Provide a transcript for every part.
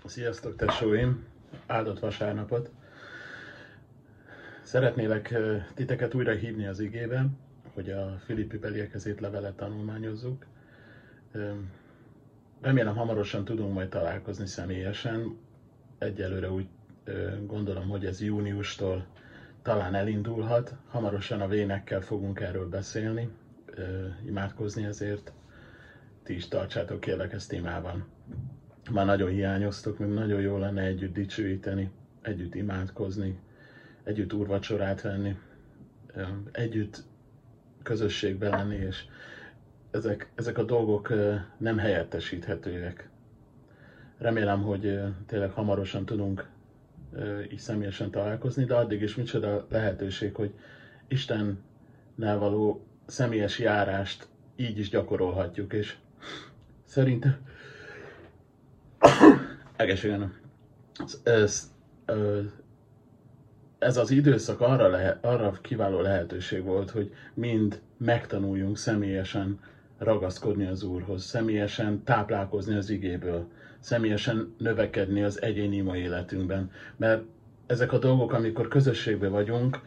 Sziasztok, tesóim! Áldott vasárnapot! Szeretnélek titeket újra hívni az igébe, hogy a Filippibeliekhez írt levelet tanulmányozzuk. Remélem hamarosan tudunk majd találkozni személyesen. Egyelőre úgy gondolom, hogy ez júniustól talán elindulhat. Hamarosan a vénekkel fogunk erről beszélni, imádkozni ezért. Ti is tartsátok kérlek ezt imában. Már nagyon hiányoztok, még nagyon jó lenne együtt dicsőíteni, együtt imádkozni, együtt úrvacsorát venni, együtt közösségben lenni, és ezek a dolgok nem helyettesíthetőek. Remélem, hogy tényleg hamarosan tudunk így személyesen találkozni, de addig is micsoda lehetőség, hogy Istennel való személyes járást így is gyakorolhatjuk, és szerintem egészségen ez az időszak arra kiváló lehetőség volt, hogy mind megtanuljunk személyesen ragaszkodni az Úrhoz, személyesen táplálkozni az igéből, személyesen növekedni az egyéni ima életünkben. Mert ezek a dolgok, amikor közösségben vagyunk,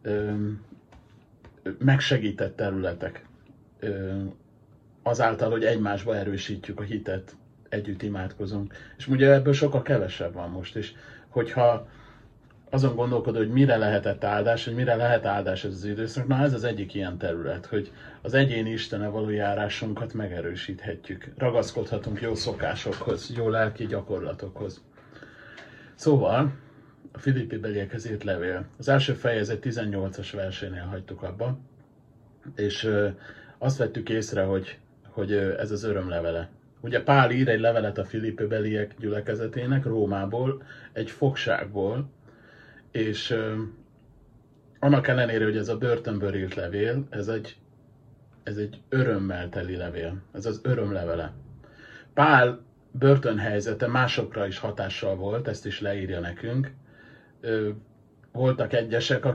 megsegített területek. Azáltal, hogy egymásba erősítjük a hitet, együtt imádkozunk. És ugye ebből sokkal kevesebb van most is. Hogyha azon gondolkodod, hogy mire lehetett áldás, hogy mire lehet áldás ez az időszak, na ez az egyik ilyen terület, hogy az egyéni Istennel való járásunkat megerősíthetjük. Ragaszkodhatunk jó szokásokhoz, jó lelki gyakorlatokhoz. Szóval, a Filippibeliekhez írt levél. Az első fejezet 18-as versénél hagytuk abba, és azt vettük észre, hogy ez az örömlevele. Ugye Pál ír egy levelet a Filippibeliek gyülekezetének Rómából, egy fogságból, és annak ellenére, hogy ez a börtönből írt levél, ez egy örömmel teli levél. Ez az örömlevele. Pál börtönhelyzete másokra is hatással volt, ezt is leírja nekünk. Voltak egyesek,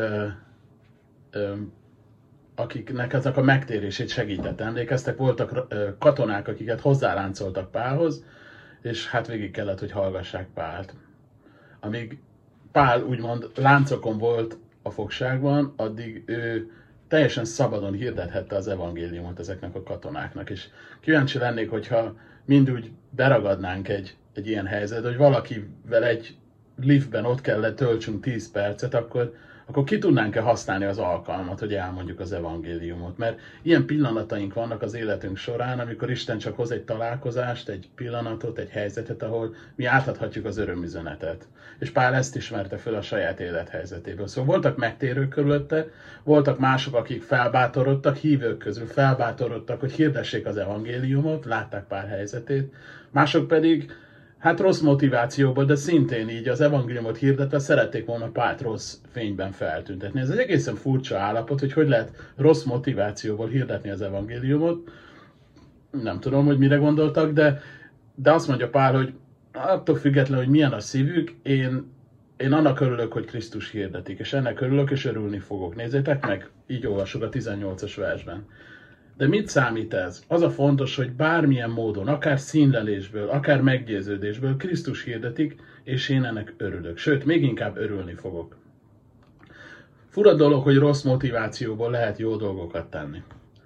akiknek ezek a megtérését segített. Emlékeztek, voltak katonák, akiket hozzáláncoltak Pálhoz, és hát végig kellett, hogy hallgassák Pált. Amíg Pál úgymond láncokon volt a fogságban, addig ő teljesen szabadon hirdethette az evangéliumot ezeknek a katonáknak. És kíváncsi lennék, hogyha mind úgy beragadnánk egy ilyen helyzetbe, hogy valakivel egy liftben ott kell töltsünk 10 percet, akkor ki tudnánk-e használni az alkalmat, hogy elmondjuk az evangéliumot. Mert ilyen pillanataink vannak az életünk során, amikor Isten csak hoz egy találkozást, egy pillanatot, egy helyzetet, ahol mi átadhatjuk az örömüzenetet. És Pál ezt ismerte föl a saját élethelyzetéből. Szóval voltak megtérők körülötte, voltak mások, akik felbátorodtak, hívők közül felbátorodtak, hogy hirdessék az evangéliumot, látták Pál helyzetét, mások pedig hát rossz motivációból, de szintén így az evangéliumot hirdetve szerették volna Pált rossz fényben feltüntetni. Ez egy egészen furcsa állapot, hogy lehet rossz motivációból hirdetni az evangéliumot. Nem tudom, hogy mire gondoltak, de azt mondja Pál, hogy attól függetlenül, hogy milyen a szívük, én annak örülök, hogy Krisztus hirdetik, és ennek örülök, és örülni fogok. Nézzétek meg, így olvasod a 18-as versben. De mit számít ez? Az a fontos, hogy bármilyen módon, akár színlelésből, akár meggyőződésből Krisztus hirdetik, és én ennek örülök. Sőt, még inkább örülni fogok. Fura dolog, hogy rossz motivációból lehet jó dolgokat tenni.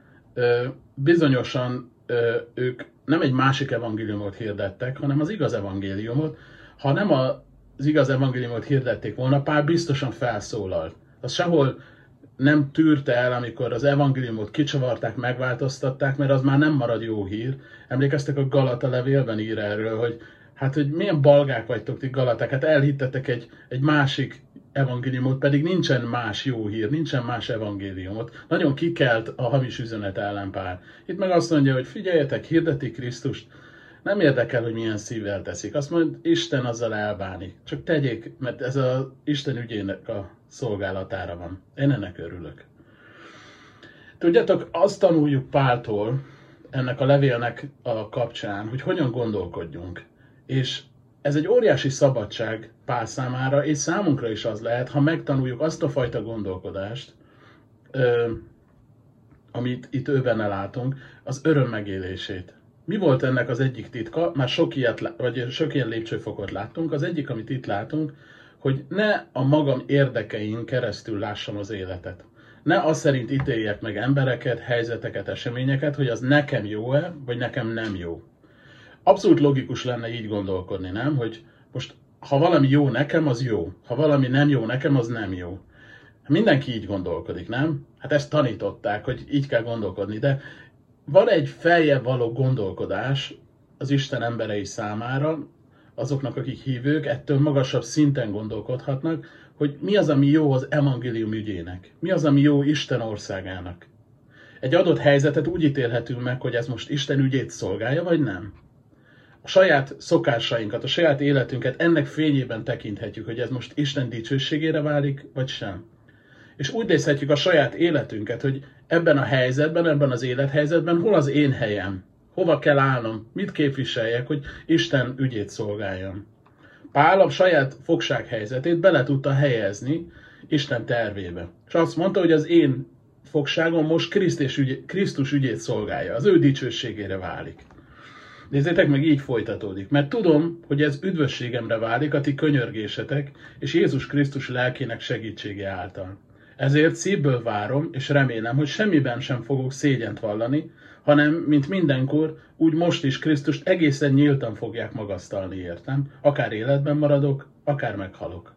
Bizonyosan ők nem egy másik evangéliumot hirdettek, hanem az igaz evangéliumot. Ha nem az igaz evangéliumot hirdették volna, Pál biztosan felszólalt. Az sehol nem tűrte el, amikor az evangéliumot kicsavarták, megváltoztatták, mert az már nem marad jó hír. Emlékeztek, a Galata levélben ír erről, hogy milyen balgák vagytok ti Galaták, hát elhittetek egy másik evangéliumot, pedig nincsen más jó hír, nincsen más evangéliumot. Nagyon kikelt a hamis üzenet ellen Pál. Itt meg azt mondja, hogy figyeljetek, hirdetik Krisztust, nem érdekel, hogy milyen szívvel teszik. Azt mondja, Isten azzal elbánik. Csak tegyék, mert ez az Isten ügyének a szolgálatára van. Én ennek örülök. Tudjátok, azt tanuljuk Páltól, ennek a levélnek a kapcsán, hogy hogyan gondolkodjunk. És ez egy óriási szabadság Pál számára, és számunkra is az lehet, ha megtanuljuk azt a fajta gondolkodást, amit itt ő benne látunk, az öröm megélését. Mi volt ennek az egyik titka? Már sok ilyen lépcsőfokot láttunk. Az egyik, amit itt látunk, hogy ne a magam érdekein keresztül lássam az életet. Ne azt szerint ítéljek meg embereket, helyzeteket, eseményeket, hogy az nekem jó-e, vagy nekem nem jó. Abszolút logikus lenne így gondolkodni, nem? Hogy most, ha valami jó nekem, az jó. Ha valami nem jó nekem, az nem jó. Mindenki így gondolkodik, nem? Hát ezt tanították, hogy így kell gondolkodni, de van egy feljebb való gondolkodás az Isten emberei számára, azoknak, akik hívők, ettől magasabb szinten gondolkodhatnak, hogy mi az, ami jó az evangélium ügyének. Mi az, ami jó Isten országának. Egy adott helyzetet úgy ítélhetünk meg, hogy ez most Isten ügyét szolgálja, vagy nem. A saját szokásainkat, a saját életünket ennek fényében tekinthetjük, hogy ez most Isten dicsőségére válik, vagy sem. És úgy nézhetjük a saját életünket, hogy ebben a helyzetben, ebben az élethelyzetben hol az én helyem, hova kell állnom, mit képviseljek, hogy Isten ügyét szolgáljam. Pál a saját fogsághelyzetét bele tudta helyezni Isten tervébe. És azt mondta, hogy az én fogságom most Krisztus ügyét szolgálja, az ő dicsőségére válik. Nézzétek meg, így folytatódik. Mert tudom, hogy ez üdvösségemre válik a ti könyörgésetek és Jézus Krisztus lelkének segítsége által. Ezért szívből várom, és remélem, hogy semmiben sem fogok szégyent vallani, hanem, mint mindenkor, úgy most is Krisztust egészen nyíltan fogják magasztalni, értem? Akár életben maradok, akár meghalok.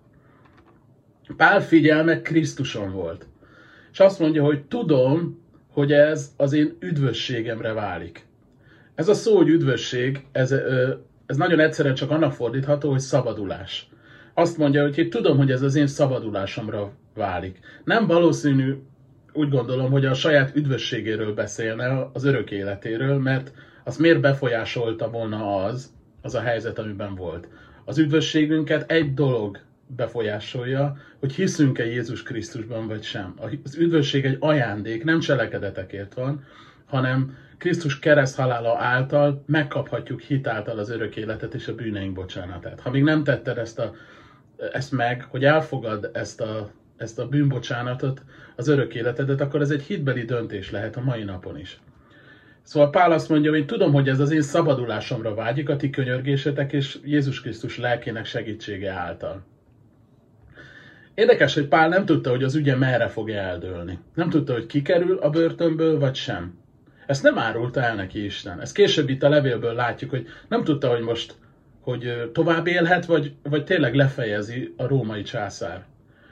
Pál figyelme Krisztuson volt. És azt mondja, hogy tudom, hogy ez az én üdvösségemre válik. Ez a szó, hogy üdvösség, ez nagyon egyszerűen csak annak fordítható, hogy szabadulás. Azt mondja, hogy én tudom, hogy ez az én szabadulásomra válik. Nem valószínű, úgy gondolom, hogy a saját üdvösségéről beszélne, az örök életéről, mert azt miért befolyásolta volna az a helyzet, amiben volt. Az üdvösségünket egy dolog befolyásolja, hogy hiszünk-e Jézus Krisztusban, vagy sem. Az üdvösség egy ajándék, nem cselekedetekért van, hanem Krisztus kereszthalála által megkaphatjuk hitáltal az örök életet és a bűneink bocsánatát. Ha még nem tetted ezt meg, hogy elfogad ezt a bűnbocsánatot, az örök életedet, akkor ez egy hitbeli döntés lehet a mai napon is. Szóval Pál azt mondja, hogy tudom, hogy ez az én szabadulásomra vágyik, a ti könyörgésetek és Jézus Krisztus lelkének segítsége által. Érdekes, hogy Pál nem tudta, hogy az ügye merre fog eldőlni. Nem tudta, hogy kikerül a börtönből, vagy sem. Ezt nem árulta el neki Isten. Ezt később itt a levélből látjuk, hogy nem tudta, hogy most tovább élhet, vagy tényleg lefejezi a római császár.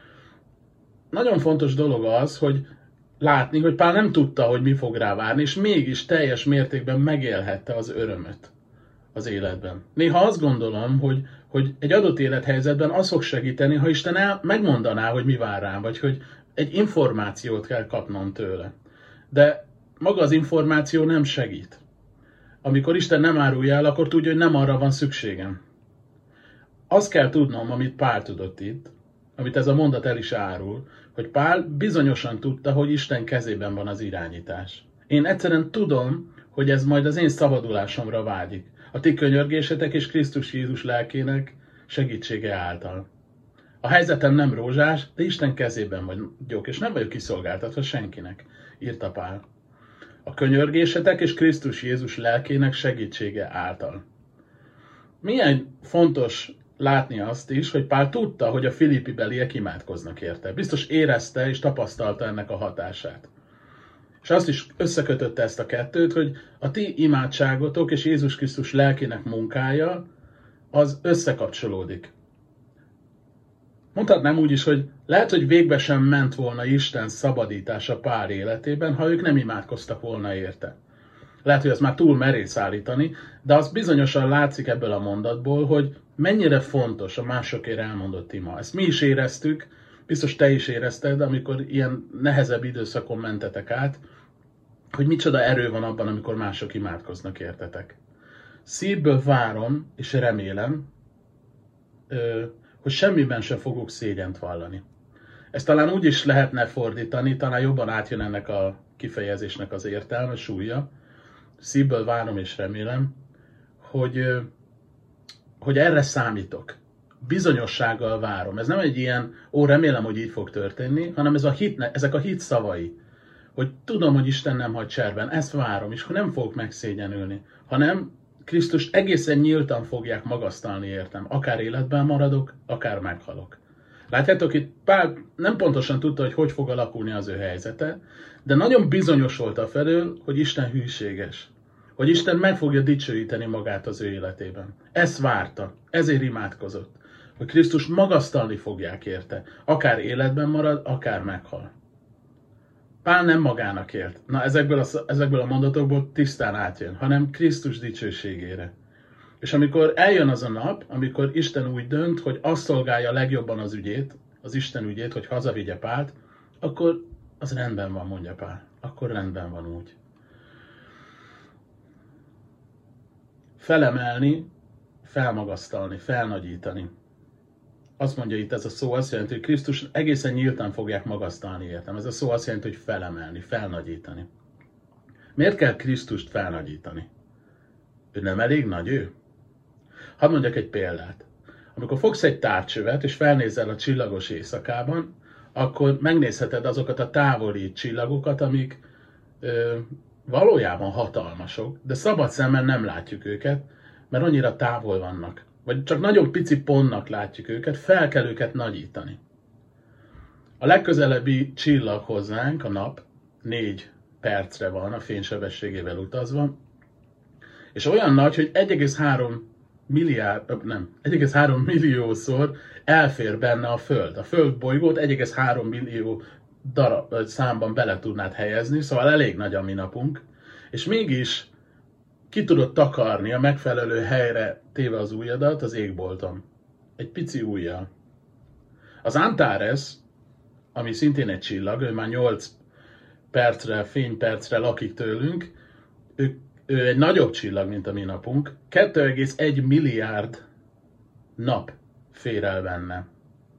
Nagyon fontos dolog az, hogy látni, hogy Pál nem tudta, hogy mi fog rá várni, és mégis teljes mértékben megélhette az örömöt az életben. Néha azt gondolom, hogy egy adott élethelyzetben az fog segíteni, ha Isten megmondaná, hogy mi vár rám, vagy hogy egy információt kell kapnom tőle. De maga az információ nem segít. Amikor Isten nem árulja el, akkor tudja, hogy nem arra van szükségem. Azt kell tudnom, amit Pál tudott itt, amit ez a mondat el is árul, hogy Pál bizonyosan tudta, hogy Isten kezében van az irányítás. Én egyszerűen tudom, hogy ez majd az én szabadulásomra vágyik. A ti könyörgésetek és Krisztus Jézus lelkének segítsége által. A helyzetem nem rózsás, de Isten kezében vagyok, és nem vagyok kiszolgáltatva senkinek, írta Pál. A könyörgésetek és Krisztus Jézus lelkének segítsége által. Milyen fontos látni azt is, hogy Pál tudta, hogy a Filippi beliek imádkoznak érte. Biztos érezte és tapasztalta ennek a hatását. És azt is összekötötte ezt a kettőt, hogy a ti imádságotok és Jézus Krisztus lelkének munkája az összekapcsolódik. Mondhatnám úgy is, hogy lehet, hogy végbe sem ment volna Isten szabadítása Pál életében, ha ők nem imádkoztak volna érte. Lehet, hogy ezt már túl merész állítani, de az bizonyosan látszik ebből a mondatból, hogy mennyire fontos a másokért elmondott ima. Ezt mi is éreztük, biztos te is érezted, amikor ilyen nehezebb időszakon mentetek át, hogy micsoda erő van abban, amikor mások imádkoznak értetek. Szívből várom és remélem, hogy semmiben sem fogok szégyent vallani. Ezt talán úgy is lehetne fordítani, talán jobban átjön ennek a kifejezésnek az értelme, súlya. Szívből várom és remélem, hogy erre számítok. Bizonyossággal várom. Ez nem egy ilyen, remélem, hogy így fog történni, hanem ezek a hit szavai. hogy tudom, hogy Isten nem hagy cserben, ezt várom, és nem fogok megszégyenülni, hanem Krisztust egészen nyíltan fogják magasztalni értem, akár életben maradok, akár meghalok. Látjátok, itt Pál nem pontosan tudta, hogy fog alakulni az ő helyzete, de nagyon bizonyos volt afelől, hogy Isten hűséges. Hogy Isten meg fogja dicsőíteni magát az ő életében. Ezt várta, ezért imádkozott. Hogy Krisztus magasztalni fogják érte. Akár életben marad, akár meghal. Pál nem magának élt. Na, ezekből a mondatokból tisztán átjön, hanem Krisztus dicsőségére. És amikor eljön az a nap, amikor Isten úgy dönt, hogy azt szolgálja legjobban az ügyét, az Isten ügyét, hogy hazavigye Pált, akkor az rendben van, mondja Pál. Akkor rendben van úgy. Felemelni, felmagasztalni, felnagyítani. Azt mondja itt ez a szó, azt jelenti, hogy Krisztus egészen nyíltan fogják magasztalni értem. Ez a szó azt jelenti, hogy felemelni, felnagyítani. Miért kell Krisztust felnagyítani? Ő nem elég nagy ő? Hadd mondjak egy példát. Amikor fogsz egy távcsövet, és felnézel a csillagos éjszakában, akkor megnézheted azokat a távoli csillagokat, amik valójában hatalmasok, de szabad szemmel nem látjuk őket, mert annyira távol vannak. Vagy csak nagyon pici pontnak látjuk őket, fel kell őket nagyítani. A legközelebbi csillag hozzánk, a nap, 4 percre van a fénysebességével utazva, és olyan nagy, hogy 1,3 milliószor elfér benne a Föld. A Föld bolygót 1,3 millió számban bele tudnád helyezni, szóval elég nagy a mi napunk, és mégis ki tudod takarni a megfelelő helyre téve az ujjadat az égbolton. Egy pici ujjal. Az Antares, ami szintén egy csillag, ő már 8 percre, fénypercre lakik tőlünk, ő egy nagyobb csillag, mint a mi napunk, 2,1 milliárd nap fér el benne.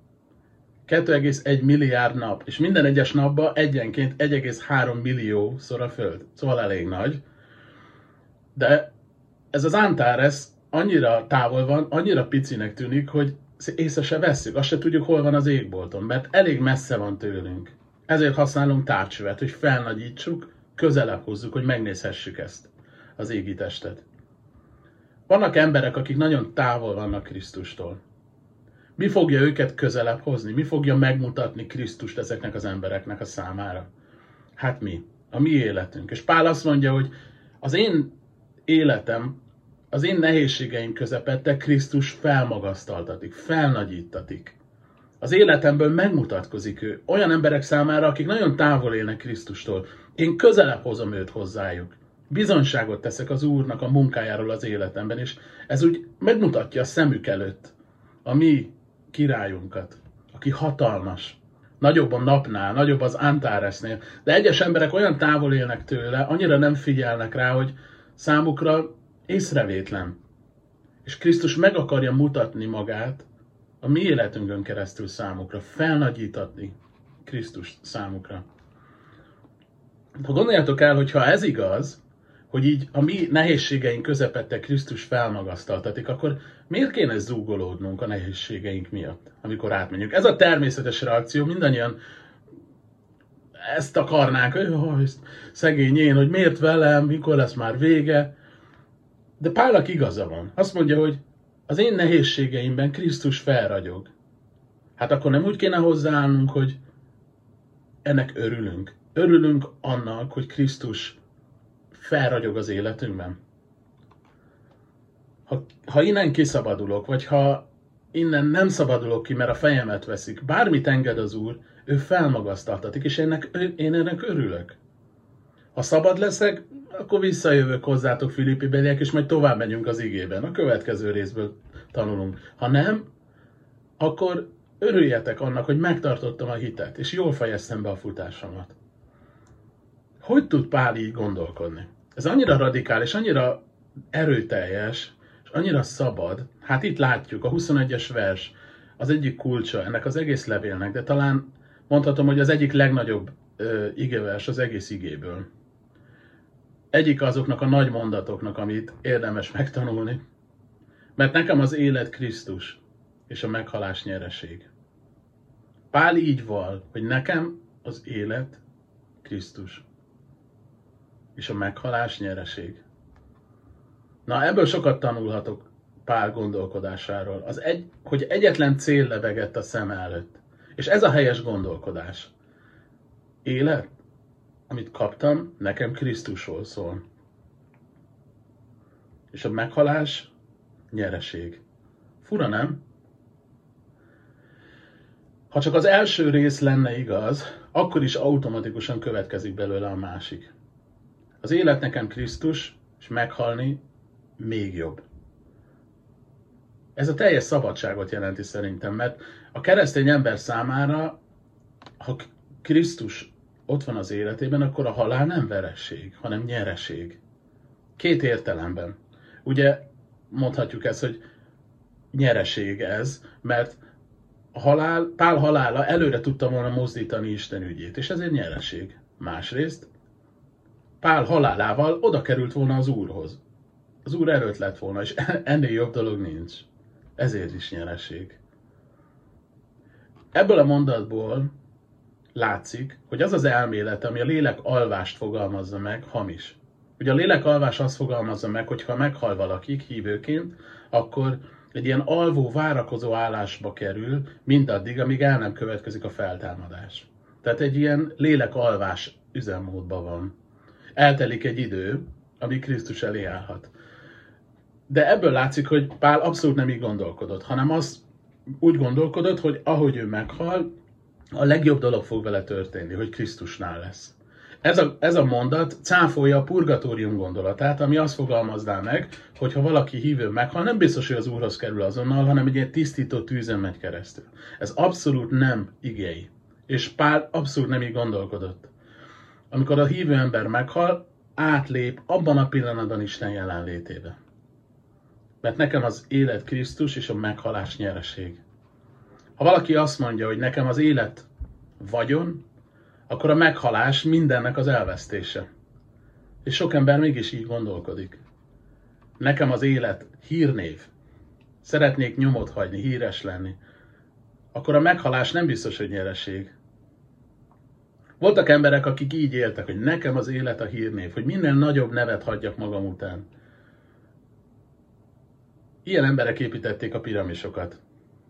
2,1 milliárd nap, és minden egyes napban egyenként 1,3 milliószor a Föld. Szóval elég nagy. De ez az Antares annyira távol van, annyira picinek tűnik, hogy észre se vesszük, azt se tudjuk, hol van az égbolton, mert elég messze van tőlünk. Ezért használunk távcsövet, hogy felnagyítsuk, közelebb hozzuk, hogy megnézhessük ezt, az égi testet. Vannak emberek, akik nagyon távol vannak Krisztustól. Mi fogja őket közelebb hozni? Mi fogja megmutatni Krisztust ezeknek az embereknek a számára? Hát mi. A mi életünk. És Pál azt mondja, hogy az én életem, az én nehézségeim közepette Krisztus felmagasztaltatik, felnagyítatik. Az életemből megmutatkozik ő olyan emberek számára, akik nagyon távol élnek Krisztustól. Én közelebb hozom őt hozzájuk. Bizonyságot teszek az Úrnak a munkájáról az életemben, és ez úgy megmutatja a szemük előtt a mi királyunkat, aki hatalmas. Nagyobb a napnál, nagyobb az Antaresnél, de egyes emberek olyan távol élnek tőle, annyira nem figyelnek rá, hogy számukra észrevétlen. És Krisztus meg akarja mutatni magát a mi életünkön keresztül számukra, felnagyítatni Krisztus számukra. Ha gondoljátok el, hogy ha ez igaz, hogy így a mi nehézségeink közepette Krisztus felmagasztaltatik, akkor miért kéne zúgolódnunk a nehézségeink miatt, amikor átmenjünk? Ez a természetes reakció, mindannyian ezt akarnánk, hogy szegény én, hogy miért velem, mikor lesz már vége. De Pálnak igaza van. Azt mondja, hogy az én nehézségeimben Krisztus felragyog. Hát akkor nem úgy kéne hozzáállnunk, hogy ennek örülünk. Örülünk annak, hogy Krisztus felragyog az életünkben. Ha innen kiszabadulok, vagy ha innen nem szabadulok ki, mert a fejemet veszik, bármit enged az Úr, ő felmagasztaltatik, és én ennek örülök. Ha szabad leszek, akkor visszajövök hozzátok, Filippi beliek, és majd tovább megyünk az igében. A következő részből tanulunk. Ha nem, akkor örüljetek annak, hogy megtartottam a hitet, és jól fejeztem be a futásomat. Hogy tud Pál így gondolkodni? Ez annyira radikális, annyira erőteljes, és annyira szabad. Hát itt látjuk, a 21-es vers az egyik kulcsa ennek az egész levélnek, de talán mondhatom, hogy az egyik legnagyobb igevers az egész igéből. Egyik azoknak a nagy mondatoknak, amit érdemes megtanulni. Mert nekem az élet Krisztus, és a meghalás nyereség. Pál így val, hogy nekem az élet Krisztus. és a meghalás nyereség. Na, ebből sokat tanulhatok Pál gondolkodásáról. Hogy egyetlen cél lebegett a szem előtt. És ez a helyes gondolkodás. Élet, amit kaptam, nekem Krisztusról szól. És a meghalás nyereség. Fura, nem? Ha csak az első rész lenne igaz, akkor is automatikusan következik belőle a másik. Az élet nekem Krisztus, és meghalni még jobb. Ez a teljes szabadságot jelenti szerintem, mert a keresztény ember számára, ha Krisztus ott van az életében, akkor a halál nem veresség, hanem nyereség. Két értelemben. Ugye mondhatjuk ezt, hogy nyereség ez, mert Pál halála előre tudta volna mozdítani Isten ügyét, és ez egy nyereség. Másrészt, Pál halálával oda került volna az Úrhoz. Az Úr előtt lett volna, és ennél jobb dolog nincs. Ezért is nyereség. Ebből a mondatból látszik, hogy az az elmélet, ami a lélek alvást fogalmazza meg, hamis. Ugye a lélek alvás azt fogalmazza meg, hogy ha meghal valaki hívőként, akkor egy ilyen alvó, várakozó állásba kerül, mindaddig, amíg el nem következik a feltámadás. Tehát egy ilyen lélek alvás üzemmódban van. Eltelik egy idő, amíg Krisztus elé állhat. De ebből látszik, hogy Pál abszolút nem így gondolkodott, hanem azt úgy gondolkodott, hogy ahogy ő meghal, a legjobb dolog fog vele történni, hogy Krisztusnál lesz. Ez a mondat cáfolja a purgatórium gondolatát, ami azt fogalmazná meg, hogy ha valaki hívő meghal, nem biztos, hogy az Úrhoz kerül azonnal, hanem egy ilyen tisztító tűzen megy keresztül. Ez abszolút nem igei. És Pál abszolút nem így gondolkodott. Amikor a hívő ember meghal, átlép abban a pillanatban Isten jelenlétébe. Mert nekem az élet Krisztus és a meghalás nyereség. Ha valaki azt mondja, hogy nekem az élet vagyon, akkor a meghalás mindennek az elvesztése. És sok ember mégis így gondolkodik. Nekem az élet hírnév. Szeretnék nyomot hagyni, híres lenni. Akkor a meghalás nem biztos, hogy nyereség. Voltak emberek, akik így éltek, hogy nekem az élet a hírnév, hogy minél nagyobb nevet hagyjak magam után. Ilyen emberek építették a piramisokat.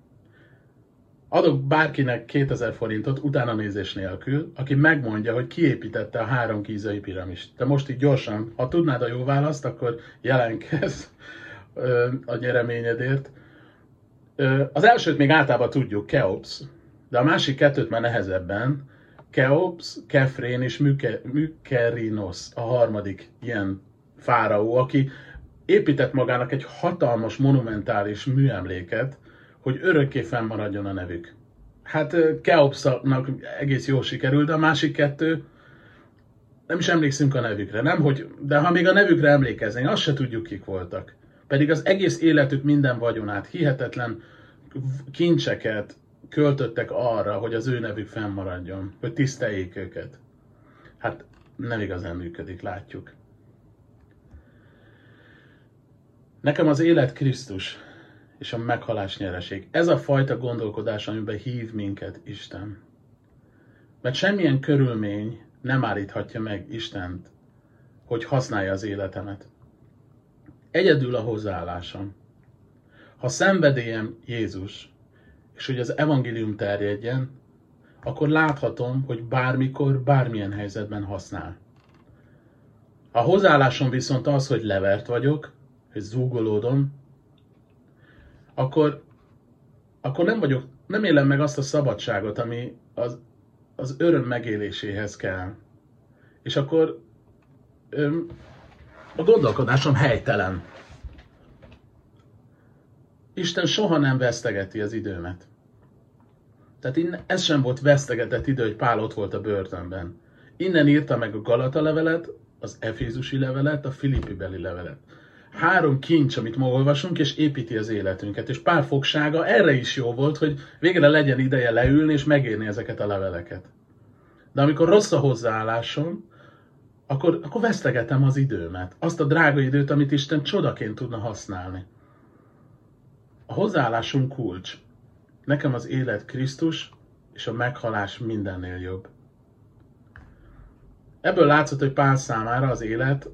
Adok bárkinek 2000 forintot utánanézés nélkül, aki megmondja, hogy ki építette a 3 gízai piramist. De most így gyorsan, ha tudnád a jó választ, akkor jelentkezz a nyereményedért. Az elsőt még általában tudjuk, Keops, de a másik kettőt már nehezebben. Keops, Kefrén és Mykerinos a harmadik ilyen fáraó, aki épített magának egy hatalmas, monumentális műemléket, hogy örökké fennmaradjon a nevük. Hát Keopsnak egész jól sikerült, de a másik kettő, nem is emlékszünk a nevükre, de ha még a nevükre emlékeznénk, azt se tudjuk, kik voltak. Pedig az egész életük minden vagyonát, hihetetlen kincseket költöttek arra, hogy az ő nevük fennmaradjon, hogy tiszteljék őket. Hát nem igazán működik, látjuk. Nekem az élet Krisztus és a meghalás nyereség. Ez a fajta gondolkodás, amiben hív minket Isten. Mert semmilyen körülmény nem állíthatja meg Istent, hogy használja az életemet. Egyedül a hozzáállásom. Ha szenvedélyem Jézus, és hogy az evangélium terjedjen, akkor láthatom, hogy bármikor, bármilyen helyzetben használ. A hozzáállásom viszont az, hogy levert vagyok, hogy zúgolódom, akkor nem élem meg azt a szabadságot, ami az öröm megéléséhez kell. És akkor a gondolkodásom helytelen. Isten soha nem vesztegeti az időmet. Tehát ez sem volt vesztegetett idő, hogy Pál ott volt a börtönben. Innen írta meg a Galata levelet, az Efézusi levelet, a Filippibeli levelet. 3 kincs, amit ma olvasunk, és építi az életünket. És Pál fogsága erre is jó volt, hogy végre legyen ideje leülni, és megírni ezeket a leveleket. De amikor rossz a hozzáállásom, akkor vesztegetem az időmet. Azt a drága időt, amit Isten csodaként tudna használni. A hozzáállásunk kulcs. Nekem az élet Krisztus, és a meghalás mindennél jobb. Ebből látszott, hogy Pál számára az élet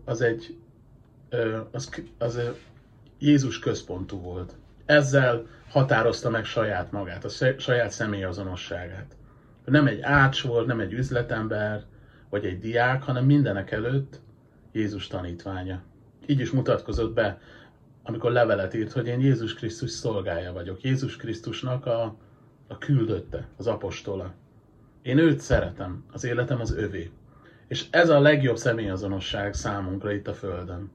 az Jézus központú volt. Ezzel határozta meg saját magát, a saját személyazonosságát. Nem egy ács volt, nem egy üzletember, vagy egy diák, hanem mindenek előtt Jézus tanítványa. Így is mutatkozott be, amikor levelet írt, hogy én Jézus Krisztus szolgája vagyok. Jézus Krisztusnak a küldötte, az apostola. Én őt szeretem, az életem az övé. És ez a legjobb személyazonosság számunkra itt a Földön.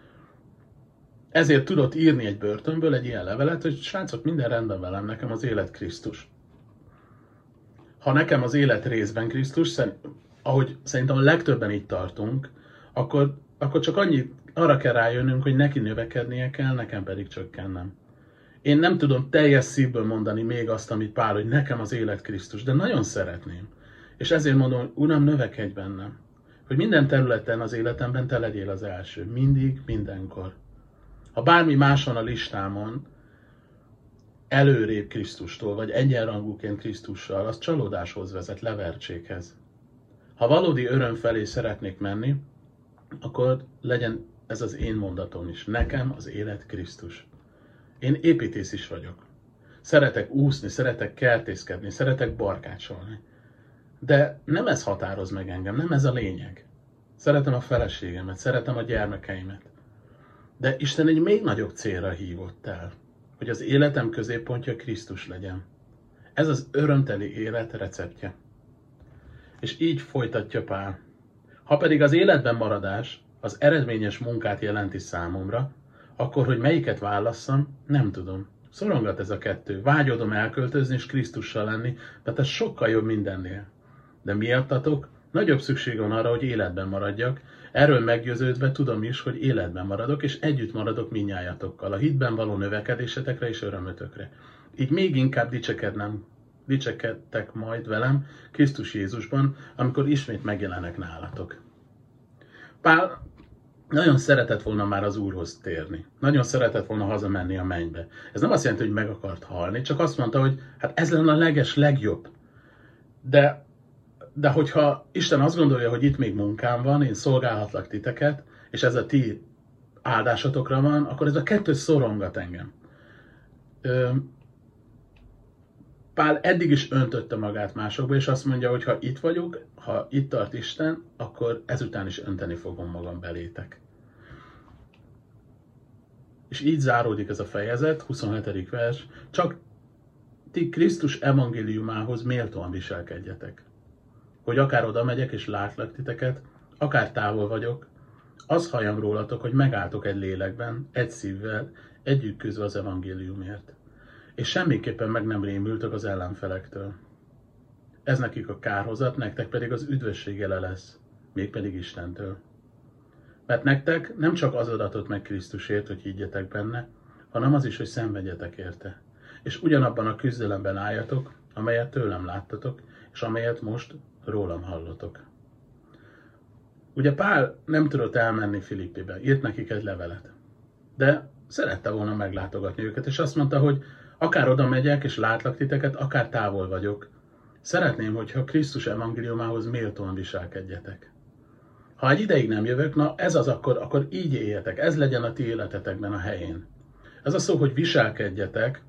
Ezért tudott írni egy börtönből egy ilyen levelet, hogy srácok, minden rendben velem, nekem az élet Krisztus. Ha nekem az élet részben Krisztus, ahogy szerintem a legtöbben itt tartunk, akkor csak arra kell rájönnünk, hogy neki növekednie kell, nekem pedig csökkennem. Én nem tudom teljes szívből mondani még azt, amit Pál, hogy nekem az élet Krisztus, de nagyon szeretném. És ezért mondom, hogy Uram, növekedj bennem. Hogy minden területen az életemben te legyél az első. Mindig, mindenkor. Ha bármi más van a listámon, előrébb Krisztustól, vagy egyenrangúként Krisztussal, az csalódáshoz vezet, levertséghez. Ha valódi öröm felé szeretnék menni, akkor legyen ez az én mondatom is. Nekem az élet Krisztus. Én építész is vagyok. Szeretek úszni, szeretek kertészkedni, szeretek barkácsolni. De nem ez határoz meg engem, nem ez a lényeg. Szeretem a feleségemet, szeretem a gyermekeimet. De Isten egy még nagyobb célra hívott el, hogy az életem középpontja Krisztus legyen. Ez az örömteli élet receptje. És így folytatja Pál. Ha pedig az életben maradás az eredményes munkát jelenti számomra, akkor, hogy melyiket válasszam, nem tudom. Szorongat ez a kettő. Vágyodom elköltözni és Krisztussal lenni, mert ez sokkal jobb mindennél. De miattatok nagyobb szükség van arra, hogy életben maradjak. Erről meggyőződve tudom is, hogy életben maradok, és együtt maradok mindnyájatokkal, a hitben való növekedésetekre és örömötökre. Így még inkább dicsekedtek majd velem Krisztus Jézusban, amikor ismét megjelenek nálatok. Pál nagyon szeretett volna már az Úrhoz térni. Nagyon szeretett volna hazamenni a mennybe. Ez nem azt jelenti, hogy meg akart halni, csak azt mondta, hogy hát ez lenne a legjobb. De hogyha Isten azt gondolja, hogy itt még munkám van, én szolgálhatlak titeket, és ez a ti áldásatokra van, akkor ez a kettő szorongat engem. Pál eddig is öntötte magát másokba, és azt mondja, hogy ha itt vagyok, ha itt tart Isten, akkor ezután is önteni fogom magam belétek. És így záródik ez a fejezet, 27. vers. Csak ti Krisztus evangéliumához méltóan viselkedjetek. Hogy akár oda megyek és látlak titeket, akár távol vagyok, azt halljam rólatok, hogy megálltok egy lélekben, egy szívvel, együtt küzdve az evangéliumért. És semmiképpen meg nem rémültök az ellenfelektől. Ez nekik a kárhozat, nektek pedig az üdvösség jele lesz, mégpedig Istentől. Mert nektek nem csak az adatot meg Krisztusért, hogy higgyetek benne, hanem az is, hogy szenvedjetek érte. És ugyanabban a küzdelemben álljatok, amelyet tőlem láttatok, és amelyet most rólam hallotok. Ugye Pál nem tudott elmenni Filippibe, írt nekik egy levelet. De szerette volna meglátogatni őket, és azt mondta, hogy akár oda megyek, és látlak titeket, akár távol vagyok. Szeretném, hogyha Krisztus evangéliumához méltóan viselkedjetek. Ha egy ideig nem jövök, na ez az akkor így éljetek, ez legyen a ti életetekben a helyén. Ez a szó, hogy viselkedjetek,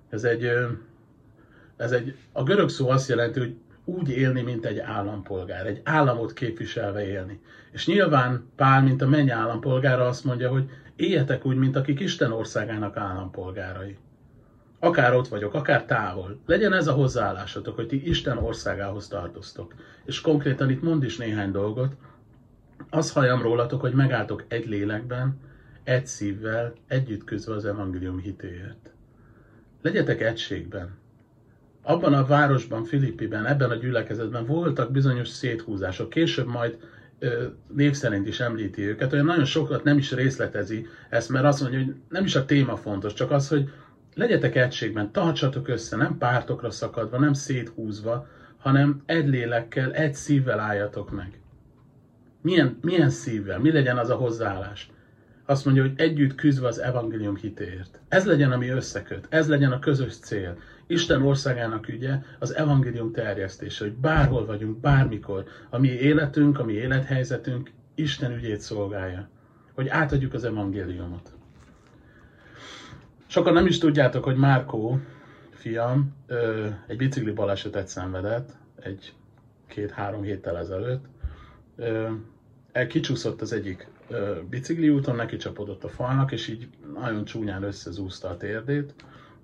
a görög szó azt jelenti, hogy úgy élni, mint egy állampolgár, egy államot képviselve élni. És nyilván Pál, mint a menny állampolgára azt mondja, hogy éljetek úgy, mint akik Isten országának állampolgárai. Akár ott vagyok, akár távol. Legyen ez a hozzáállásotok, hogy ti Isten országához tartoztok. És konkrétan itt mond is néhány dolgot. Azt halljam rólatok, hogy megálltok egy lélekben, egy szívvel, együtt küzdve az evangélium hitéért. Legyetek egységben. Abban a városban, Filippiben, ebben a gyülekezetben voltak bizonyos széthúzások. Később majd név szerint is említi őket. Olyan nagyon sokat nem is részletezi ezt, mert azt mondja, hogy nem is a téma fontos, csak az, hogy legyetek egységben, tartsatok össze, nem pártokra szakadva, nem széthúzva, hanem egy lélekkel, egy szívvel álljatok meg. Milyen szívvel? Mi legyen az a hozzáállás? azt mondja, hogy együtt küzdve az evangélium hitéért. Ez legyen, ami összeköt, ez legyen a közös cél. Isten országának ügye az evangélium terjesztése, hogy bárhol vagyunk, bármikor, a mi életünk, a mi élethelyzetünk Isten ügyét szolgálja. Hogy átadjuk az evangéliumot. Sokan nem is tudjátok, hogy Márkó, fiam, egy bicikli balesetet szenvedett, egy 2-3 héttel ezelőtt. Kicsúszott az egyik bicikli úton, neki csapódott a falnak, és így nagyon csúnyán összezúzta a térdét.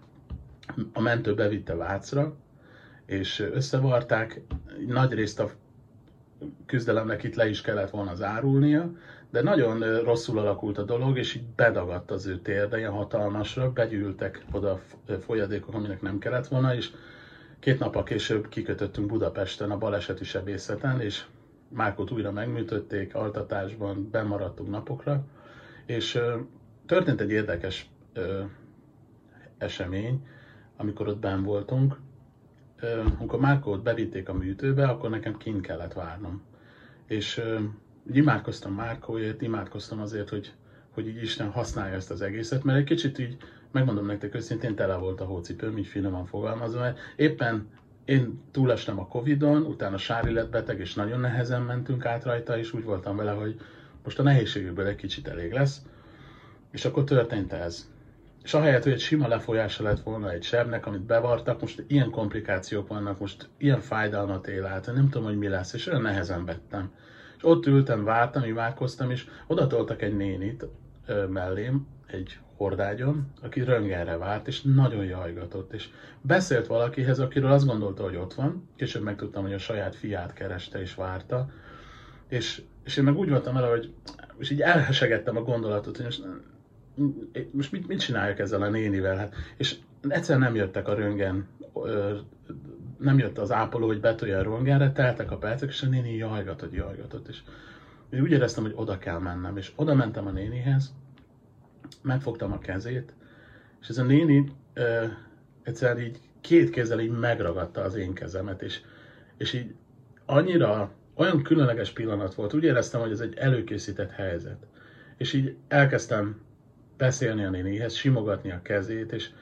A mentő bevitte Vácra, és összevarták. Nagy részt a küzdelemnek itt le is kellett volna zárulnia, de nagyon rosszul alakult a dolog, és így bedagadt az ő térde, ilyen hatalmasra, begyűltek oda folyadékok, aminek nem kellett volna, és 2 nappal később kikötöttünk Budapesten a baleseti sebészeten, és Márkót újra megműtötték, altatásban, bemaradtunk napokra, és történt egy érdekes esemény, amikor ott benn voltunk. Amikor Márkót bevitték a műtőbe, akkor nekem kint kellett várnom. És imádkoztam Márkóért, imádkoztam azért, hogy így Isten használja ezt az egészet, mert egy kicsit így, megmondom nektek őszintén, tele volt a hócipőm, így finoman fogalmazva, mert éppen én túlestem a Covid-on, utána Sári lett beteg, és nagyon nehezen mentünk át rajta, és úgy voltam vele, hogy most a nehézségükből egy kicsit elég lesz. És akkor történt ez. És ahelyett, hogy egy sima lefolyása lett volna egy sebnek, amit bevartak, most ilyen komplikációk vannak, most ilyen fájdalmat él át, nem tudom, hogy mi lesz, és olyan nehezen vettem. És ott ültem, vártam, imádkoztam, és odatoltak egy nénit mellém, egy hordágyon, aki röntgenre várt, és nagyon jajgatott, és beszélt valakihez, akiről azt gondolta, hogy ott van, később megtudtam, hogy a saját fiát kereste és várta, és én meg úgy voltam vele, hogy és így elhesegettem a gondolatot, hogy most mit csináljak ezzel a nénivel? Hát, és egyszerűen nem jöttek a röntgen, nem jött az ápoló, hogy betolja a röntgenre, teltek a percek, és a néni jajgatott, és úgy éreztem, hogy oda kell mennem, és oda mentem a nénihez, megfogtam a kezét, és ez a néni egyszerűen így 2 kézzel így megragadta az én kezemet, és így olyan különleges pillanat volt, úgy éreztem, hogy ez egy előkészített helyzet. És így elkezdtem beszélni a nénihez, simogatni a kezét, és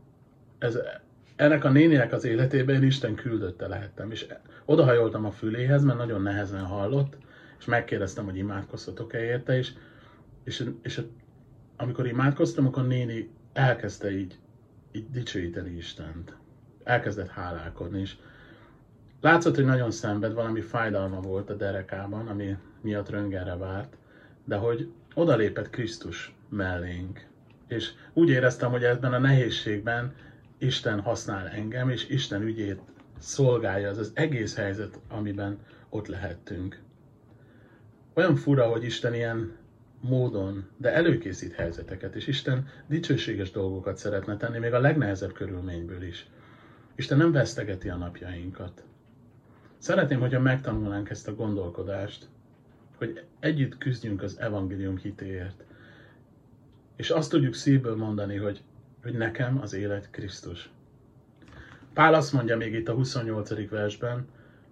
ennek a néninek az életében Isten küldötte lehettem. És odahajoltam a füléhez, mert nagyon nehezen hallott, és megkérdeztem, hogy imádkoztatok-e érte, és amikor imádkoztam, akkor néni elkezdte így dicsőíteni Istent. Elkezdett hálálkodni, és látszott, hogy nagyon szenved, valami fájdalma volt a derekában, ami miatt röntgenre várt, de hogy odalépett Krisztus mellénk. És úgy éreztem, hogy ebben a nehézségben Isten használ engem, és Isten ügyét szolgálja az egész helyzet, amiben ott lehettünk. Olyan fura, hogy Isten ilyen módon, de előkészít helyzeteket, és Isten dicsőséges dolgokat szeretne tenni, még a legnehezebb körülményből is. Isten nem vesztegeti a napjainkat. Szeretném, hogyha megtanulnánk ezt a gondolkodást, hogy együtt küzdjünk az evangélium hitéért. És azt tudjuk szívből mondani, hogy nekem az élet Krisztus. Pál azt mondja még itt a 28. versben,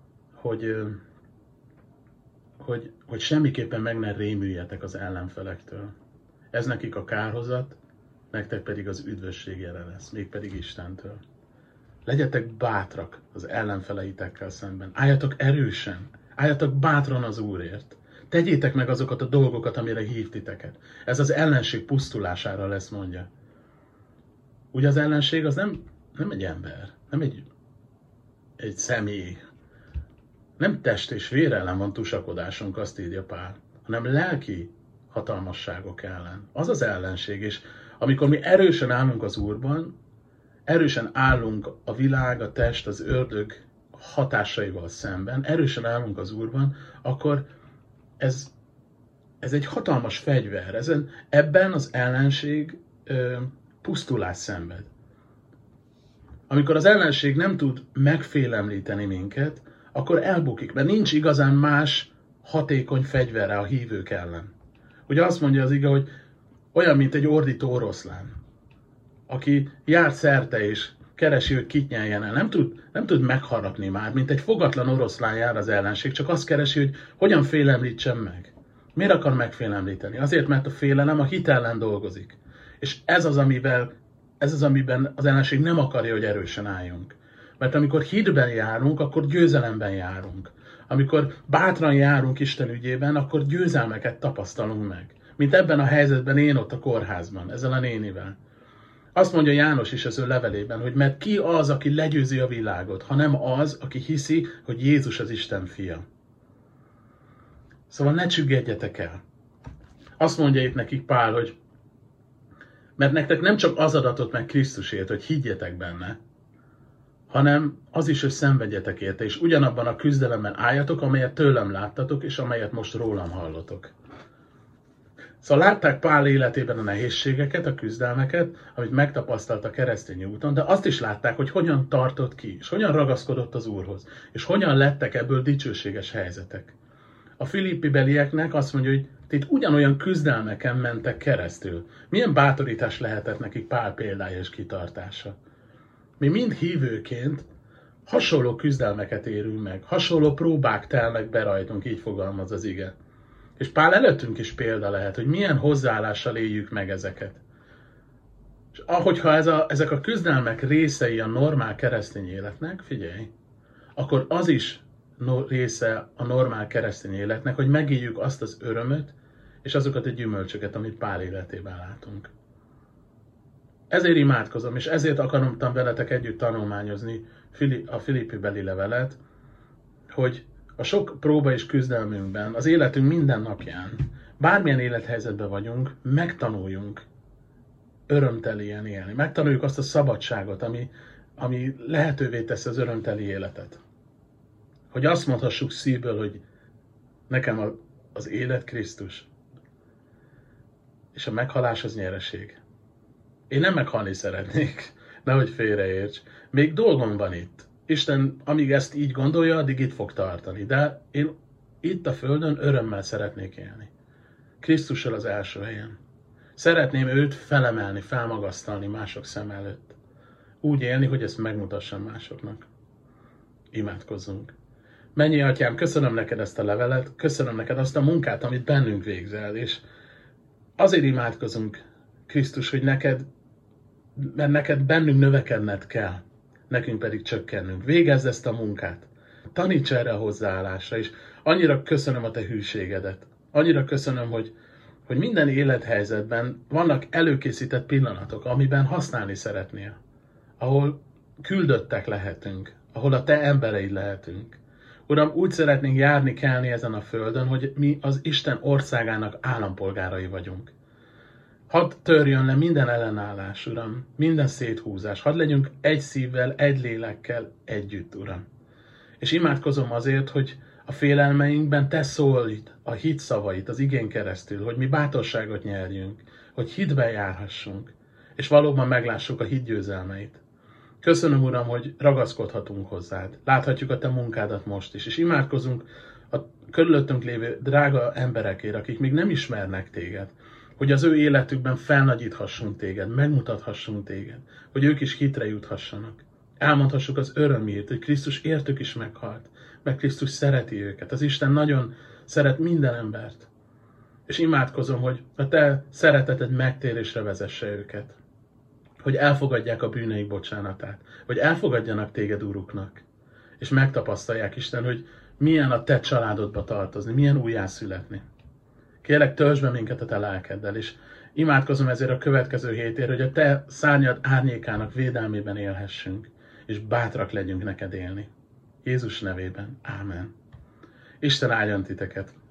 hogy semmiképpen meg ne rémüljetek az ellenfelektől. Ez nekik a kárhozat, nektek pedig az üdvösség jele lesz, mégpedig Istentől. Legyetek bátrak az ellenfeleitekkel szemben. Álljatok erősen, álljatok bátran az Úrért. Tegyétek meg azokat a dolgokat, amire hív titeket. Ez az ellenség pusztulására lesz, mondja. Ugye az ellenség az nem egy ember, nem egy személy. Nem test és vér ellen van tusakodásunk, azt írja Pál, hanem lelki hatalmasságok ellen. Az az ellenség, és amikor mi erősen állunk az Úrban, erősen állunk a világ, a test, az ördög hatásaival szemben, erősen állunk az Úrban, akkor ez egy hatalmas fegyver. Ebben az ellenség pusztulás szenved. Amikor az ellenség nem tud megfélemlíteni minket, akkor elbukik, mert nincs igazán más hatékony fegyvere a hívők ellen. Ugye azt mondja az ige, hogy olyan, mint egy ordító oroszlán, aki jár szerte és keresi, hogy kit nyeljen el. Nem tud megharapni már, mint egy fogatlan oroszlán jár az ellenség, csak azt keresi, hogy hogyan félemlítsen meg. Miért akar megfélemlíteni? Azért, mert a félelem a hit ellen dolgozik. És ez az, amiben az ellenség nem akarja, hogy erősen álljunk. Mert amikor hitben járunk, akkor győzelemben járunk. Amikor bátran járunk Isten ügyében, akkor győzelmeket tapasztalunk meg. Mint ebben a helyzetben én ott a kórházban, ezzel a nénivel. Azt mondja János is az ő levelében, hogy mert ki az, aki legyőzi a világot, hanem az, aki hiszi, hogy Jézus az Isten fia. Szóval ne csüggedjetek el. Azt mondja itt nekik Pál, hogy mert nektek nem csak az adatot meg Krisztusért, hogy higgyetek benne, hanem az is, hogy szenvedjetek érte, és ugyanabban a küzdelemben álljatok, amelyet tőlem láttatok, és amelyet most rólam hallotok. Szóval látták Pál életében a nehézségeket, a küzdelmeket, amit megtapasztalt a keresztény úton, de azt is látták, hogy hogyan tartott ki, és hogyan ragaszkodott az Úrhoz, és hogyan lettek ebből dicsőséges helyzetek. A filippi belieknek azt mondja, hogy itt ugyanolyan küzdelmeken mentek keresztül. Milyen bátorítás lehetett nekik Pál példája és kitartása. Mi mind hívőként hasonló küzdelmeket érünk meg, hasonló próbák telnek be rajtunk, így fogalmaz az ige. És Pál előttünk is példa lehet, hogy milyen hozzáállással éljük meg ezeket. És ahogyha ezek a küzdelmek részei a normál keresztény életnek, figyelj, akkor az is része a normál keresztény életnek, hogy megéljük azt az örömöt, és azokat a gyümölcsöket, amit Pál életében látunk. Ezért imádkozom, és ezért akartam veletek együtt tanulmányozni a filippi beli levelet, hogy a sok próba és küzdelmünkben, az életünk minden napján, bármilyen élethelyzetben vagyunk, megtanuljunk örömtelien élni. Megtanuljuk azt a szabadságot, ami lehetővé teszi az örömteli életet. Hogy azt mondhassuk szívből, hogy nekem az élet Krisztus, és a meghalás az nyereség. Én nem meghalni szeretnék, nehogy félreérts. Még dolgom van itt. Isten, amíg ezt így gondolja, addig itt fog tartani. De én itt a földön örömmel szeretnék élni. Krisztussal az első helyen. Szeretném őt felemelni, felmagasztalni mások szem előtt. Úgy élni, hogy ezt megmutassam másoknak. Imádkozzunk. Mennyi Atyám, köszönöm neked ezt a levelet, köszönöm neked azt a munkát, amit bennünk végzel, és azért imádkozunk, Krisztus, hogy mert neked bennünk növekedned kell, nekünk pedig csökkennünk. Végezd ezt a munkát, taníts erre a hozzáállásra, és annyira köszönöm a te hűségedet. Annyira köszönöm, hogy minden élethelyzetben vannak előkészített pillanatok, amiben használni szeretnél. Ahol küldöttek lehetünk, ahol a te embereid lehetünk. Uram, úgy szeretnénk járni, kelni ezen a földön, hogy mi az Isten országának állampolgárai vagyunk. Hadd törjön le minden ellenállás, Uram, minden széthúzás. Hadd legyünk egy szívvel, egy lélekkel együtt, Uram. És imádkozom azért, hogy a félelmeinkben te szólj a hit szavait az igén keresztül, hogy mi bátorságot nyerjünk, hogy hitben járhassunk, és valóban meglássuk a hit győzelmeit. Köszönöm, Uram, hogy ragaszkodhatunk hozzád. Láthatjuk a te munkádat most is, és imádkozunk a körülöttünk lévő drága emberekért, akik még nem ismernek téged, hogy az ő életükben felnagyíthassunk téged, megmutathassunk téged, hogy ők is hitre juthassanak. Elmondhassuk az örömét, hogy Krisztus értük is meghalt, mert Krisztus szereti őket. Az Isten nagyon szeret minden embert. És imádkozom, hogy a te szereteted megtérésre vezesse őket. Hogy elfogadják a bűneik bocsánatát. Hogy elfogadjanak téged Uruknak. És megtapasztalják, Isten, hogy milyen a te családodba tartozni, milyen újjászületni. Kérlek, töltsd be minket a te lelkeddel, és imádkozom ezért a következő hétért, hogy a te szárnyad árnyékának védelmében élhessünk, és bátrak legyünk neked élni. Jézus nevében. Ámen. Isten áldjon titeket!